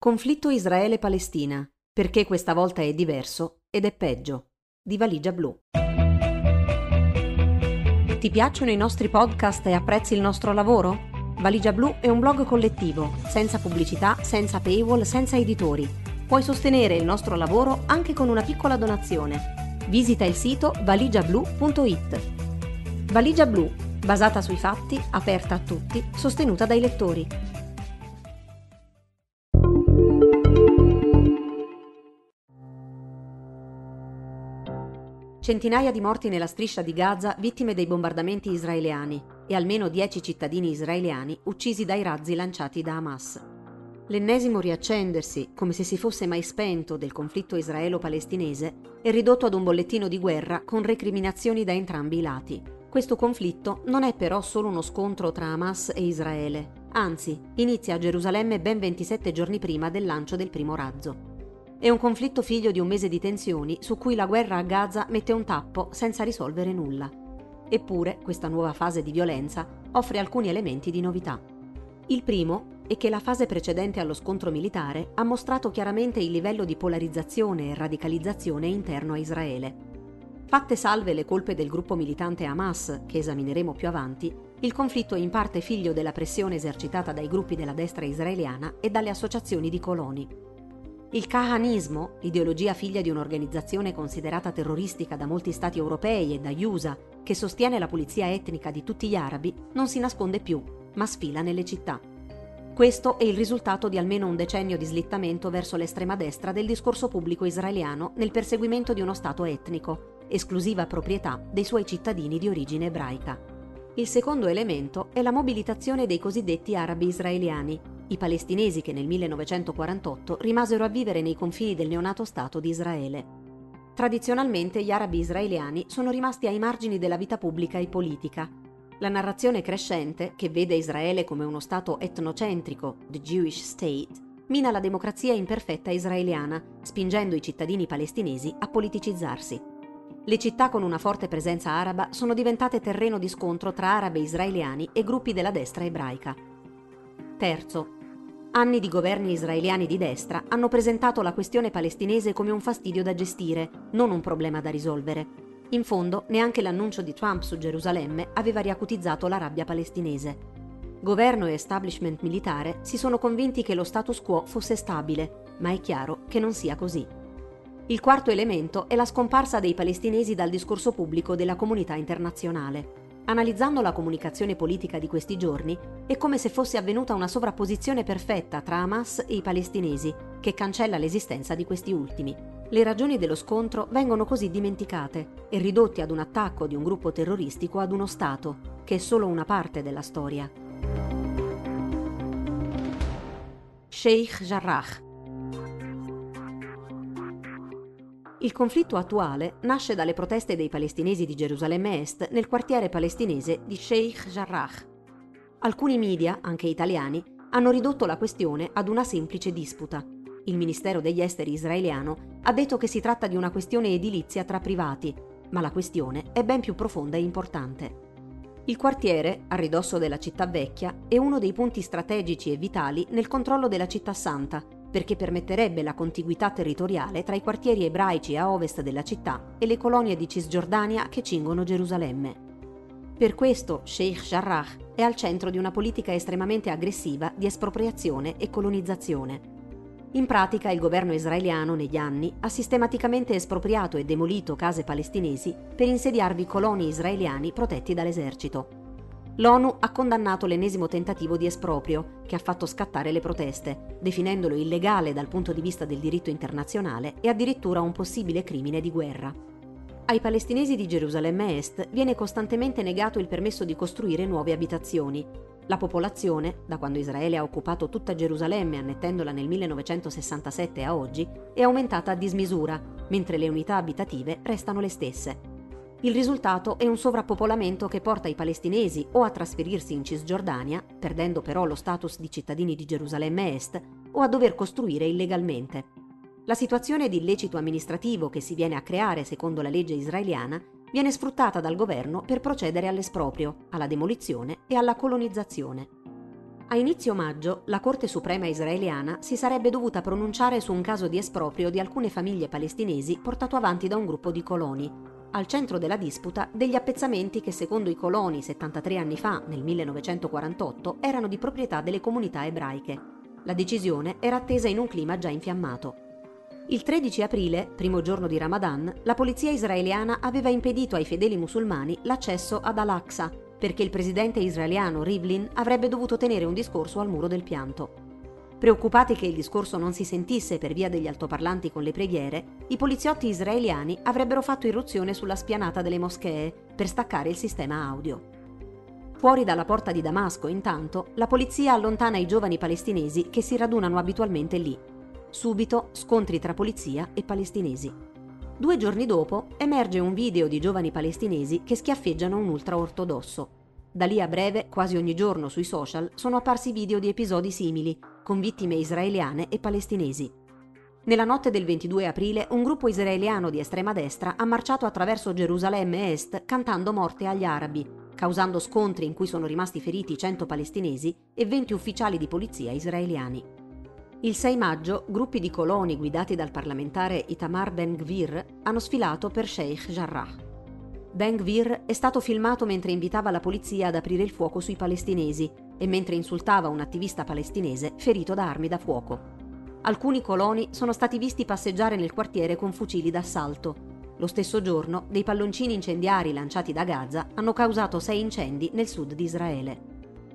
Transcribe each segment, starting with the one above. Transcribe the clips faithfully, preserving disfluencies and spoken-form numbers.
Conflitto Israele-Palestina. Perché questa volta è diverso ed è peggio. Di Valigia Blu. Ti piacciono i nostri podcast e apprezzi il nostro lavoro? Valigia Blu è un blog collettivo, senza pubblicità, senza paywall, senza editori. Puoi sostenere il nostro lavoro anche con una piccola donazione. Visita il sito valigia blu punto it. Valigia Blu, basata sui fatti, aperta a tutti, sostenuta dai lettori. Centinaia di morti nella striscia di Gaza vittime dei bombardamenti israeliani e almeno dieci cittadini israeliani uccisi dai razzi lanciati da Hamas. L'ennesimo riaccendersi, come se si fosse mai spento, del conflitto israelo-palestinese è ridotto ad un bollettino di guerra con recriminazioni da entrambi i lati. Questo conflitto non è però solo uno scontro tra Hamas e Israele, anzi, inizia a Gerusalemme ben ventisette giorni prima del lancio del primo razzo. È un conflitto figlio di un mese di tensioni su cui la guerra a Gaza mette un tappo senza risolvere nulla. Eppure, questa nuova fase di violenza offre alcuni elementi di novità. Il primo è che la fase precedente allo scontro militare ha mostrato chiaramente il livello di polarizzazione e radicalizzazione interno a Israele. Fatte salve le colpe del gruppo militante Hamas, che esamineremo più avanti, il conflitto è in parte figlio della pressione esercitata dai gruppi della destra israeliana e dalle associazioni di coloni. Il kahanismo, l'ideologia figlia di un'organizzazione considerata terroristica da molti stati europei e dagli U S A, che sostiene la pulizia etnica di tutti gli arabi, non si nasconde più, ma sfila nelle città. Questo è il risultato di almeno un decennio di slittamento verso l'estrema destra del discorso pubblico israeliano nel perseguimento di uno stato etnico, esclusiva proprietà dei suoi cittadini di origine ebraica. Il secondo elemento è la mobilitazione dei cosiddetti arabi israeliani, i palestinesi che nel millenovecentoquarantotto rimasero a vivere nei confini del neonato Stato di Israele. Tradizionalmente gli arabi israeliani sono rimasti ai margini della vita pubblica e politica. La narrazione crescente, che vede Israele come uno Stato etnocentrico, the Jewish State, mina la democrazia imperfetta israeliana, spingendo i cittadini palestinesi a politicizzarsi. Le città con una forte presenza araba sono diventate terreno di scontro tra arabi israeliani e gruppi della destra ebraica. Terzo, anni di governi israeliani di destra hanno presentato la questione palestinese come un fastidio da gestire, non un problema da risolvere. In fondo, neanche l'annuncio di Trump su Gerusalemme aveva riacutizzato la rabbia palestinese. Governo e establishment militare si sono convinti che lo status quo fosse stabile, ma è chiaro che non sia così. Il quarto elemento è la scomparsa dei palestinesi dal discorso pubblico della comunità internazionale. Analizzando la comunicazione politica di questi giorni, è come se fosse avvenuta una sovrapposizione perfetta tra Hamas e i palestinesi, che cancella l'esistenza di questi ultimi. Le ragioni dello scontro vengono così dimenticate e ridotti ad un attacco di un gruppo terroristico ad uno Stato, che è solo una parte della storia. Sheikh Jarrah. Il conflitto attuale nasce dalle proteste dei palestinesi di Gerusalemme Est nel quartiere palestinese di Sheikh Jarrah. Alcuni media, anche italiani, hanno ridotto la questione ad una semplice disputa. Il Ministero degli Esteri israeliano ha detto che si tratta di una questione edilizia tra privati, ma la questione è ben più profonda e importante. Il quartiere, a ridosso della città vecchia, è uno dei punti strategici e vitali nel controllo della città santa, perché permetterebbe la contiguità territoriale tra i quartieri ebraici a ovest della città e le colonie di Cisgiordania che cingono Gerusalemme. Per questo Sheikh Jarrah è al centro di una politica estremamente aggressiva di espropriazione e colonizzazione. In pratica il governo israeliano negli anni ha sistematicamente espropriato e demolito case palestinesi per insediarvi coloni israeliani protetti dall'esercito. L'ONU ha condannato l'ennesimo tentativo di esproprio, che ha fatto scattare le proteste, definendolo illegale dal punto di vista del diritto internazionale e addirittura un possibile crimine di guerra. Ai palestinesi di Gerusalemme Est viene costantemente negato il permesso di costruire nuove abitazioni. La popolazione, da quando Israele ha occupato tutta Gerusalemme annettendola nel millenovecentosessantasette a oggi, è aumentata a dismisura, mentre le unità abitative restano le stesse. Il risultato è un sovrappopolamento che porta i palestinesi o a trasferirsi in Cisgiordania, perdendo però lo status di cittadini di Gerusalemme Est, o a dover costruire illegalmente. La situazione di illecito amministrativo che si viene a creare secondo la legge israeliana viene sfruttata dal governo per procedere all'esproprio, alla demolizione e alla colonizzazione. A inizio maggio, la Corte Suprema israeliana si sarebbe dovuta pronunciare su un caso di esproprio di alcune famiglie palestinesi portato avanti da un gruppo di coloni. Al centro della disputa degli appezzamenti che secondo i coloni settantatré anni fa, nel millenovecentoquarantotto, erano di proprietà delle comunità ebraiche. La decisione era attesa in un clima già infiammato. Il tredici aprile, primo giorno di Ramadan, la polizia israeliana aveva impedito ai fedeli musulmani l'accesso ad Al-Aqsa, perché il presidente israeliano Rivlin avrebbe dovuto tenere un discorso al Muro del Pianto. Preoccupati che il discorso non si sentisse per via degli altoparlanti con le preghiere, i poliziotti israeliani avrebbero fatto irruzione sulla spianata delle moschee per staccare il sistema audio. Fuori dalla porta di Damasco, intanto, la polizia allontana i giovani palestinesi che si radunano abitualmente lì. Subito scontri tra polizia e palestinesi. Due giorni dopo emerge un video di giovani palestinesi che schiaffeggiano un ultraortodosso. Da lì a breve, quasi ogni giorno sui social, sono apparsi video di episodi simili, con vittime israeliane e palestinesi. Nella notte del ventidue aprile, un gruppo israeliano di estrema destra ha marciato attraverso Gerusalemme Est cantando morte agli arabi, causando scontri in cui sono rimasti feriti cento palestinesi e venti ufficiali di polizia israeliani. Il sei maggio, gruppi di coloni guidati dal parlamentare Itamar Ben-Gvir hanno sfilato per Sheikh Jarrah. Ben-Gvir è stato filmato mentre invitava la polizia ad aprire il fuoco sui palestinesi e mentre insultava un attivista palestinese ferito da armi da fuoco. Alcuni coloni sono stati visti passeggiare nel quartiere con fucili d'assalto. Lo stesso giorno, dei palloncini incendiari lanciati da Gaza hanno causato sei incendi nel sud di Israele.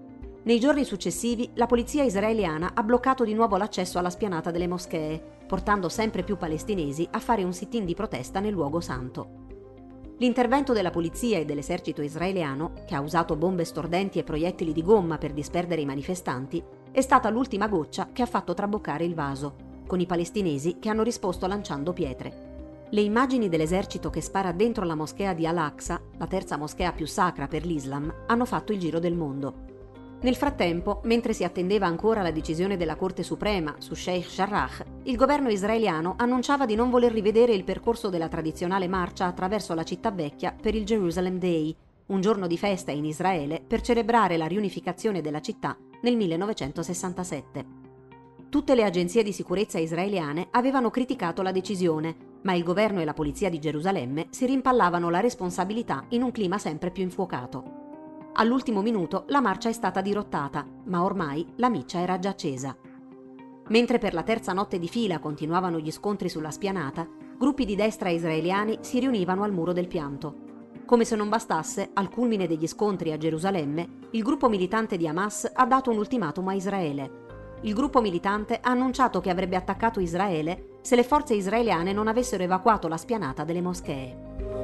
Nei giorni successivi, la polizia israeliana ha bloccato di nuovo l'accesso alla spianata delle moschee, portando sempre più palestinesi a fare un sit-in di protesta nel luogo santo. L'intervento della polizia e dell'esercito israeliano, che ha usato bombe stordenti e proiettili di gomma per disperdere i manifestanti, è stata l'ultima goccia che ha fatto traboccare il vaso, con i palestinesi che hanno risposto lanciando pietre. Le immagini dell'esercito che spara dentro la moschea di Al-Aqsa, la terza moschea più sacra per l'Islam, hanno fatto il giro del mondo. Nel frattempo, mentre si attendeva ancora la decisione della Corte Suprema su Sheikh Jarrah, il governo israeliano annunciava di non voler rivedere il percorso della tradizionale marcia attraverso la città vecchia per il Jerusalem Day, un giorno di festa in Israele per celebrare la riunificazione della città nel millenovecentosessantasette. Tutte le agenzie di sicurezza israeliane avevano criticato la decisione, ma il governo e la polizia di Gerusalemme si rimpallavano la responsabilità in un clima sempre più infuocato. All'ultimo minuto la marcia è stata dirottata, ma ormai la miccia era già accesa. Mentre per la terza notte di fila continuavano gli scontri sulla spianata, gruppi di destra israeliani si riunivano al Muro del Pianto. Come se non bastasse, al culmine degli scontri a Gerusalemme, il gruppo militante di Hamas ha dato un ultimatum a Israele. Il gruppo militante ha annunciato che avrebbe attaccato Israele se le forze israeliane non avessero evacuato la spianata delle moschee.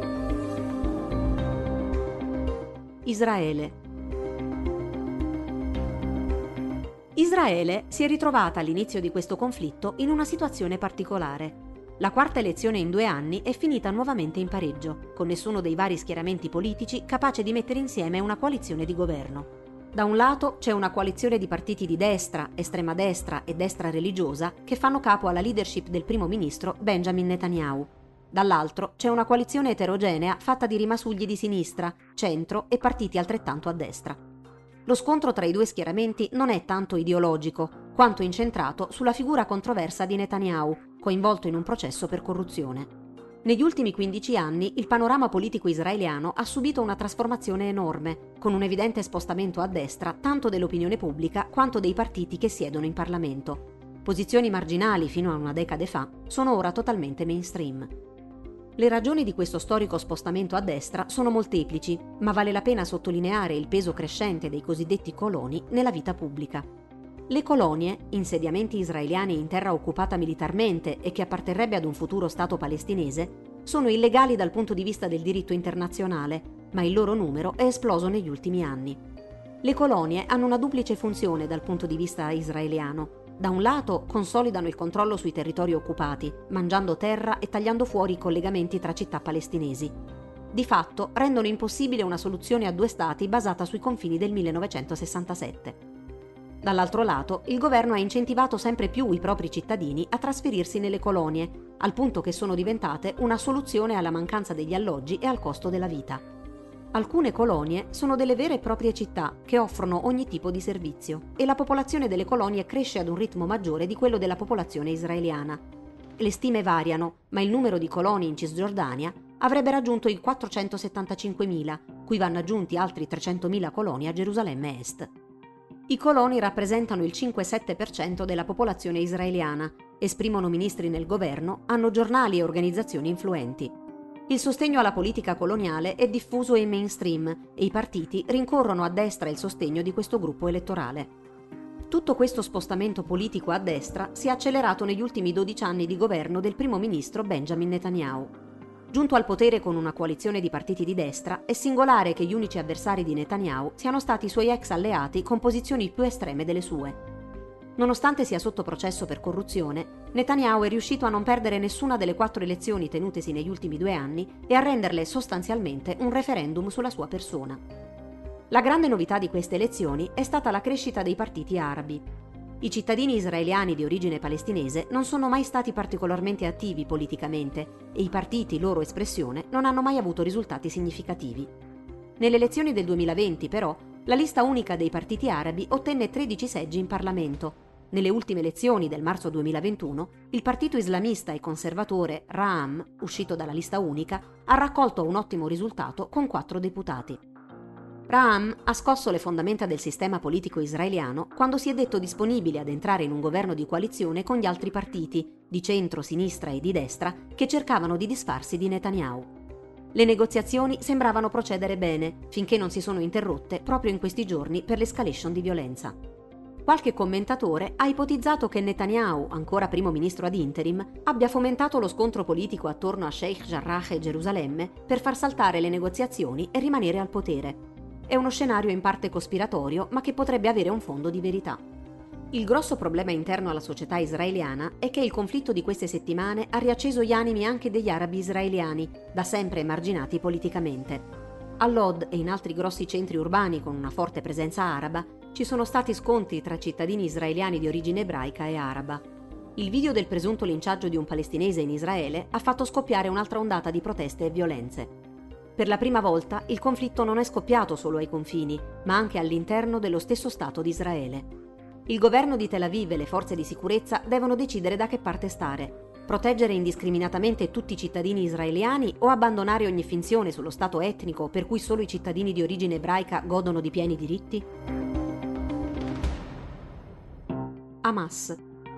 Israele. Israele si è ritrovata all'inizio di questo conflitto in una situazione particolare. La quarta elezione in due anni è finita nuovamente in pareggio, con nessuno dei vari schieramenti politici capace di mettere insieme una coalizione di governo. Da un lato c'è una coalizione di partiti di destra, estrema destra e destra religiosa che fanno capo alla leadership del primo ministro Benjamin Netanyahu. Dall'altro c'è una coalizione eterogenea fatta di rimasugli di sinistra, centro e partiti altrettanto a destra. Lo scontro tra i due schieramenti non è tanto ideologico, quanto incentrato sulla figura controversa di Netanyahu, coinvolto in un processo per corruzione. Negli ultimi quindici anni il panorama politico israeliano ha subito una trasformazione enorme, con un evidente spostamento a destra tanto dell'opinione pubblica quanto dei partiti che siedono in Parlamento. Posizioni marginali fino a una decade fa sono ora totalmente mainstream. Le ragioni di questo storico spostamento a destra sono molteplici, ma vale la pena sottolineare il peso crescente dei cosiddetti coloni nella vita pubblica. Le colonie, insediamenti israeliani in terra occupata militarmente e che apparterrebbe ad un futuro Stato palestinese, sono illegali dal punto di vista del diritto internazionale, ma il loro numero è esploso negli ultimi anni. Le colonie hanno una duplice funzione dal punto di vista israeliano. Da un lato consolidano il controllo sui territori occupati, mangiando terra e tagliando fuori i collegamenti tra città palestinesi. Di fatto rendono impossibile una soluzione a due stati basata sui confini del millenovecentosessantasette. Dall'altro lato, il governo ha incentivato sempre più i propri cittadini a trasferirsi nelle colonie, al punto che sono diventate una soluzione alla mancanza degli alloggi e al costo della vita. Alcune colonie sono delle vere e proprie città che offrono ogni tipo di servizio e la popolazione delle colonie cresce ad un ritmo maggiore di quello della popolazione israeliana. Le stime variano, ma il numero di coloni in Cisgiordania avrebbe raggiunto i quattrocentosettantacinquemila, cui vanno aggiunti altri trecentomila coloni a Gerusalemme Est. I coloni rappresentano il cinque sette per cento della popolazione israeliana, esprimono ministri nel governo, hanno giornali e organizzazioni influenti. Il sostegno alla politica coloniale è diffuso e mainstream e i partiti rincorrono a destra il sostegno di questo gruppo elettorale. Tutto questo spostamento politico a destra si è accelerato negli ultimi dodici anni di governo del primo ministro Benjamin Netanyahu. Giunto al potere con una coalizione di partiti di destra, è singolare che gli unici avversari di Netanyahu siano stati i suoi ex alleati con posizioni più estreme delle sue. Nonostante sia sotto processo per corruzione, Netanyahu è riuscito a non perdere nessuna delle quattro elezioni tenutesi negli ultimi due anni e a renderle sostanzialmente un referendum sulla sua persona. La grande novità di queste elezioni è stata la crescita dei partiti arabi. I cittadini israeliani di origine palestinese non sono mai stati particolarmente attivi politicamente e i partiti, loro espressione, non hanno mai avuto risultati significativi. Nelle elezioni del duemilaventi, però, la lista unica dei partiti arabi ottenne tredici seggi in Parlamento. Nelle ultime elezioni del marzo duemilaventuno, il partito islamista e conservatore Ra'am, uscito dalla lista unica, ha raccolto un ottimo risultato con quattro deputati. Ra'am ha scosso le fondamenta del sistema politico israeliano quando si è detto disponibile ad entrare in un governo di coalizione con gli altri partiti, di centro, sinistra e di destra, che cercavano di disfarsi di Netanyahu. Le negoziazioni sembravano procedere bene, finché non si sono interrotte proprio in questi giorni per l'escalation di violenza. Qualche commentatore ha ipotizzato che Netanyahu, ancora primo ministro ad interim, abbia fomentato lo scontro politico attorno a Sheikh Jarrah e Gerusalemme per far saltare le negoziazioni e rimanere al potere. È uno scenario in parte cospiratorio, ma che potrebbe avere un fondo di verità. Il grosso problema interno alla società israeliana è che il conflitto di queste settimane ha riacceso gli animi anche degli arabi israeliani, da sempre emarginati politicamente. A Lod e in altri grossi centri urbani con una forte presenza araba ci sono stati scontri tra cittadini israeliani di origine ebraica e araba. Il video del presunto linciaggio di un palestinese in Israele ha fatto scoppiare un'altra ondata di proteste e violenze. Per la prima volta il conflitto non è scoppiato solo ai confini, ma anche all'interno dello stesso Stato di Israele. Il governo di Tel Aviv e le forze di sicurezza devono decidere da che parte stare: proteggere indiscriminatamente tutti i cittadini israeliani o abbandonare ogni finzione sullo stato etnico per cui solo i cittadini di origine ebraica godono di pieni diritti? Hamas.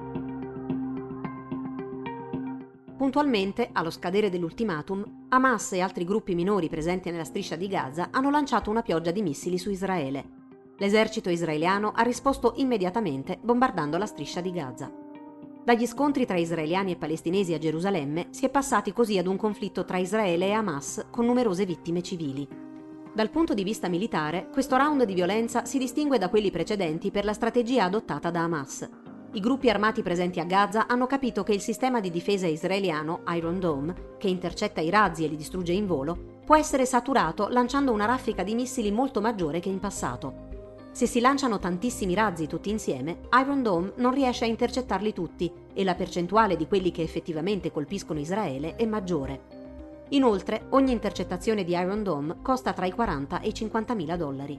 Puntualmente, allo scadere dell'ultimatum, Hamas e altri gruppi minori presenti nella striscia di Gaza hanno lanciato una pioggia di missili su Israele. L'esercito israeliano ha risposto immediatamente bombardando la striscia di Gaza. Dagli scontri tra israeliani e palestinesi a Gerusalemme si è passati così ad un conflitto tra Israele e Hamas con numerose vittime civili. Dal punto di vista militare, questo round di violenza si distingue da quelli precedenti per la strategia adottata da Hamas. I gruppi armati presenti a Gaza hanno capito che il sistema di difesa israeliano Iron Dome, che intercetta i razzi e li distrugge in volo, può essere saturato lanciando una raffica di missili molto maggiore che in passato. Se si lanciano tantissimi razzi tutti insieme, Iron Dome non riesce a intercettarli tutti e la percentuale di quelli che effettivamente colpiscono Israele è maggiore. Inoltre, ogni intercettazione di Iron Dome costa tra i quaranta e i cinquantamila dollari.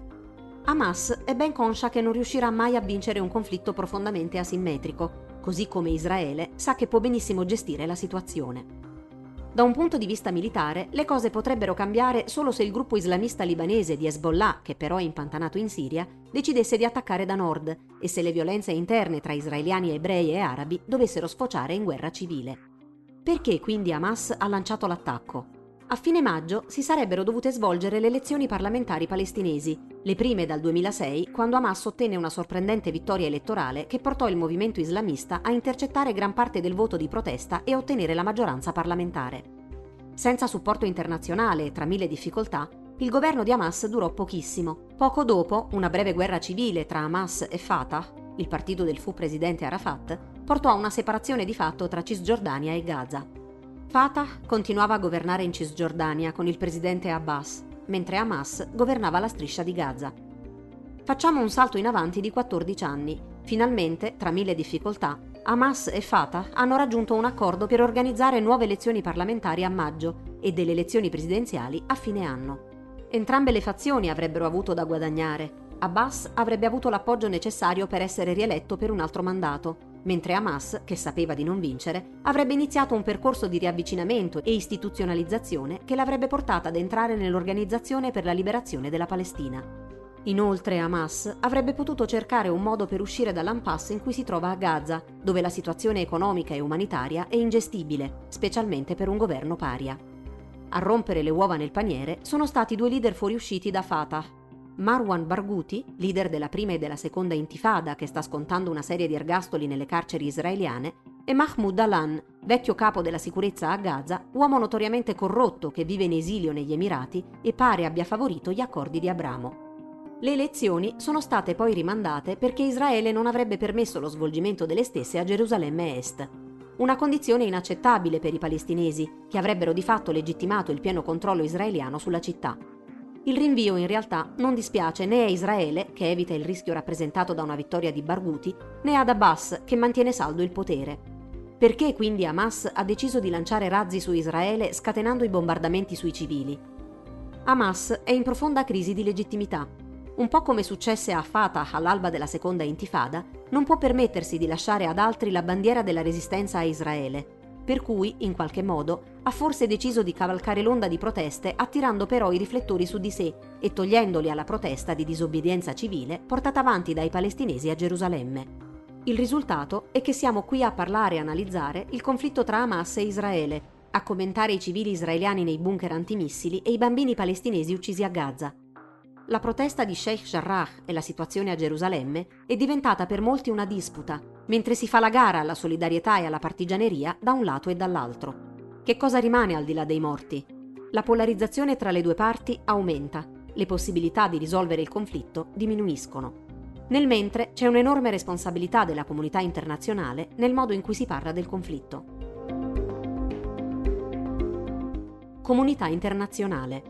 Hamas è ben conscia che non riuscirà mai a vincere un conflitto profondamente asimmetrico, così come Israele sa che può benissimo gestire la situazione. Da un punto di vista militare, le cose potrebbero cambiare solo se il gruppo islamista libanese di Hezbollah, che però è impantanato in Siria, decidesse di attaccare da nord e se le violenze interne tra israeliani, ebrei e arabi dovessero sfociare in guerra civile. Perché quindi Hamas ha lanciato l'attacco? A fine maggio si sarebbero dovute svolgere le elezioni parlamentari palestinesi, le prime dal duemilasei, quando Hamas ottenne una sorprendente vittoria elettorale che portò il movimento islamista a intercettare gran parte del voto di protesta e ottenere la maggioranza parlamentare. Senza supporto internazionale e tra mille difficoltà, il governo di Hamas durò pochissimo. Poco dopo, una breve guerra civile tra Hamas e Fatah, il partito del fu presidente Arafat, portò a una separazione di fatto tra Cisgiordania e Gaza. Fatah continuava a governare in Cisgiordania con il presidente Abbas, mentre Hamas governava la striscia di Gaza. Facciamo un salto in avanti di quattordici anni. Finalmente, tra mille difficoltà, Hamas e Fatah hanno raggiunto un accordo per organizzare nuove elezioni parlamentari a maggio e delle elezioni presidenziali a fine anno. Entrambe le fazioni avrebbero avuto da guadagnare. Abbas avrebbe avuto l'appoggio necessario per essere rieletto per un altro mandato, mentre Hamas, che sapeva di non vincere, avrebbe iniziato un percorso di riavvicinamento e istituzionalizzazione che l'avrebbe portata ad entrare nell'Organizzazione per la Liberazione della Palestina. Inoltre Hamas avrebbe potuto cercare un modo per uscire dall'impasse in cui si trova a Gaza, dove la situazione economica e umanitaria è ingestibile, specialmente per un governo paria. A rompere le uova nel paniere sono stati due leader fuoriusciti da Fatah. Marwan Barghouti, leader della prima e della seconda intifada che sta scontando una serie di ergastoli nelle carceri israeliane, e Mahmoud Alan, vecchio capo della sicurezza a Gaza, uomo notoriamente corrotto che vive in esilio negli Emirati e pare abbia favorito gli accordi di Abramo. Le elezioni sono state poi rimandate perché Israele non avrebbe permesso lo svolgimento delle stesse a Gerusalemme Est. Una condizione inaccettabile per i palestinesi, che avrebbero di fatto legittimato il pieno controllo israeliano sulla città. Il rinvio in realtà non dispiace né a Israele, che evita il rischio rappresentato da una vittoria di Barghouti, né ad Abbas, che mantiene saldo il potere. Perché quindi Hamas ha deciso di lanciare razzi su Israele scatenando i bombardamenti sui civili? Hamas è in profonda crisi di legittimità. Un po' come successe a Fatah all'alba della seconda intifada, non può permettersi di lasciare ad altri la bandiera della resistenza a Israele, per cui, in qualche modo, ha forse deciso di cavalcare l'onda di proteste attirando però i riflettori su di sé e togliendoli alla protesta di disobbedienza civile portata avanti dai palestinesi a Gerusalemme. Il risultato è che siamo qui a parlare e analizzare il conflitto tra Hamas e Israele, a commentare i civili israeliani nei bunker antimissili e i bambini palestinesi uccisi a Gaza. La protesta di Sheikh Jarrah e la situazione a Gerusalemme è diventata per molti una disputa, mentre si fa la gara alla solidarietà e alla partigianeria da un lato e dall'altro. Che cosa rimane al di là dei morti? La polarizzazione tra le due parti aumenta, le possibilità di risolvere il conflitto diminuiscono. Nel mentre c'è un'enorme responsabilità della comunità internazionale nel modo in cui si parla del conflitto. Comunità internazionale.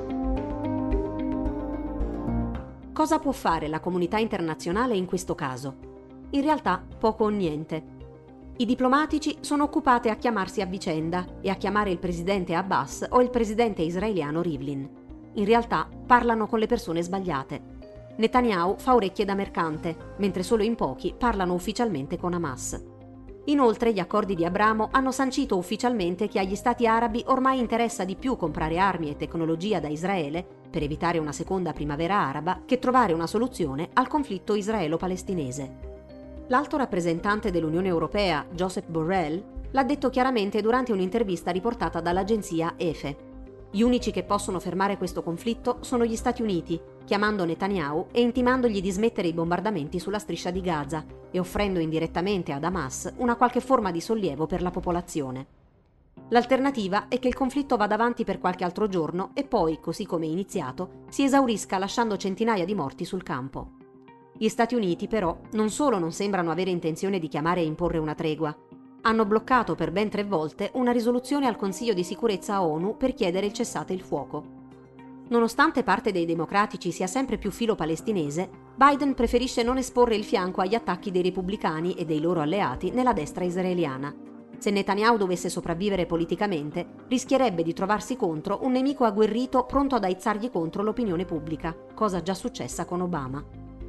Cosa può fare la comunità internazionale in questo caso? In realtà poco o niente. I diplomatici sono occupati a chiamarsi a vicenda e a chiamare il presidente Abbas o il presidente israeliano Rivlin. In realtà parlano con le persone sbagliate. Netanyahu fa orecchie da mercante, mentre solo in pochi parlano ufficialmente con Hamas. Inoltre gli accordi di Abramo hanno sancito ufficialmente che agli stati arabi ormai interessa di più comprare armi e tecnologia da Israele per evitare una seconda primavera araba che trovare una soluzione al conflitto israelo-palestinese. L'alto rappresentante dell'Unione Europea, Josep Borrell, l'ha detto chiaramente durante un'intervista riportata dall'agenzia E F E. Gli unici che possono fermare questo conflitto sono gli Stati Uniti, chiamando Netanyahu e intimandogli di smettere i bombardamenti sulla striscia di Gaza e offrendo indirettamente ad Hamas una qualche forma di sollievo per la popolazione. L'alternativa è che il conflitto vada avanti per qualche altro giorno e poi, così come è iniziato, si esaurisca lasciando centinaia di morti sul campo. Gli Stati Uniti, però, non solo non sembrano avere intenzione di chiamare e imporre una tregua, hanno bloccato per ben tre volte una risoluzione al Consiglio di sicurezza ONU per chiedere il cessate il fuoco. Nonostante parte dei democratici sia sempre più filo palestinese, Biden preferisce non esporre il fianco agli attacchi dei repubblicani e dei loro alleati nella destra israeliana. Se Netanyahu dovesse sopravvivere politicamente, rischierebbe di trovarsi contro un nemico agguerrito pronto ad aizzargli contro l'opinione pubblica, cosa già successa con Obama.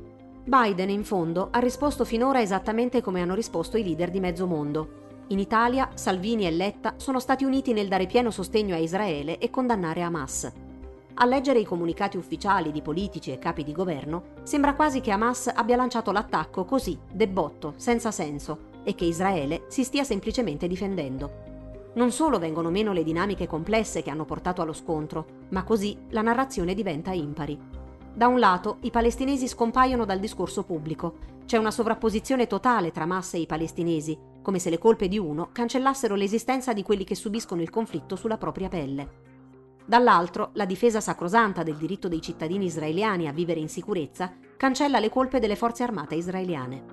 Biden, in fondo, ha risposto finora esattamente come hanno risposto i leader di mezzo mondo. In Italia, Salvini e Letta sono stati uniti nel dare pieno sostegno a Israele e condannare Hamas. A leggere i comunicati ufficiali di politici e capi di governo, sembra quasi che Hamas abbia lanciato l'attacco così, de botto, senza senso, e che Israele si stia semplicemente difendendo. Non solo vengono meno le dinamiche complesse che hanno portato allo scontro, ma così la narrazione diventa impari. Da un lato, i palestinesi scompaiono dal discorso pubblico. C'è una sovrapposizione totale tra Hamas e i palestinesi, come se le colpe di uno cancellassero l'esistenza di quelli che subiscono il conflitto sulla propria pelle. Dall'altro, la difesa sacrosanta del diritto dei cittadini israeliani a vivere in sicurezza cancella le colpe delle forze armate israeliane.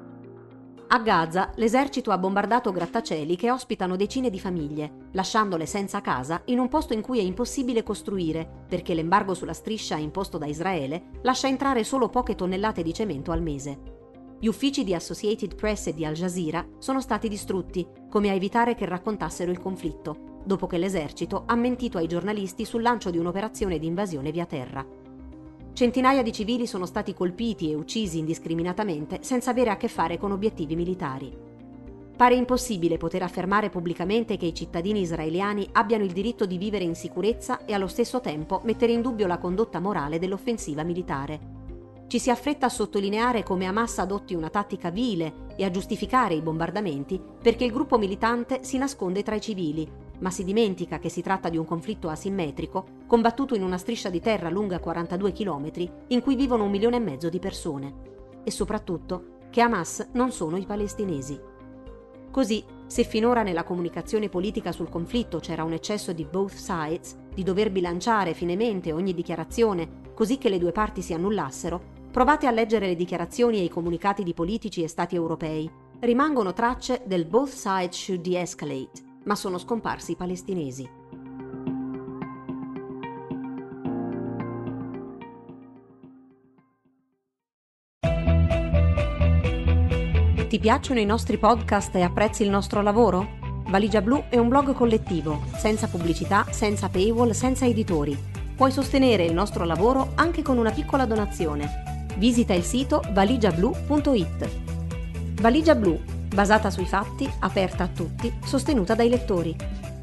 A Gaza, l'esercito ha bombardato grattacieli che ospitano decine di famiglie, lasciandole senza casa in un posto in cui è impossibile costruire, perché l'embargo sulla striscia imposto da Israele lascia entrare solo poche tonnellate di cemento al mese. Gli uffici di Associated Press e di Al Jazeera sono stati distrutti, come a evitare che raccontassero il conflitto, dopo che l'esercito ha mentito ai giornalisti sul lancio di un'operazione di invasione via terra. Centinaia di civili sono stati colpiti e uccisi indiscriminatamente senza avere a che fare con obiettivi militari. Pare impossibile poter affermare pubblicamente che i cittadini israeliani abbiano il diritto di vivere in sicurezza e allo stesso tempo mettere in dubbio la condotta morale dell'offensiva militare. Ci si affretta a sottolineare come Hamas adotti una tattica vile e a giustificare i bombardamenti perché il gruppo militante si nasconde tra i civili, ma si dimentica che si tratta di un conflitto asimmetrico combattuto in una striscia di terra lunga quarantadue chilometri in cui vivono un milione e mezzo di persone. E soprattutto che Hamas non sono i palestinesi. Così, se finora nella comunicazione politica sul conflitto c'era un eccesso di both sides, di dover bilanciare finemente ogni dichiarazione così che le due parti si annullassero, provate a leggere le dichiarazioni e i comunicati di politici e stati europei. Rimangono tracce del both sides should de-escalate, ma sono scomparsi i palestinesi. Ti piacciono i nostri podcast e apprezzi il nostro lavoro? Valigia Blu è un blog collettivo, senza pubblicità, senza paywall, senza editori. Puoi sostenere il nostro lavoro anche con una piccola donazione. Visita il sito valigiablu punto it. Valigia Blu, basata sui fatti, aperta a tutti, sostenuta dai lettori.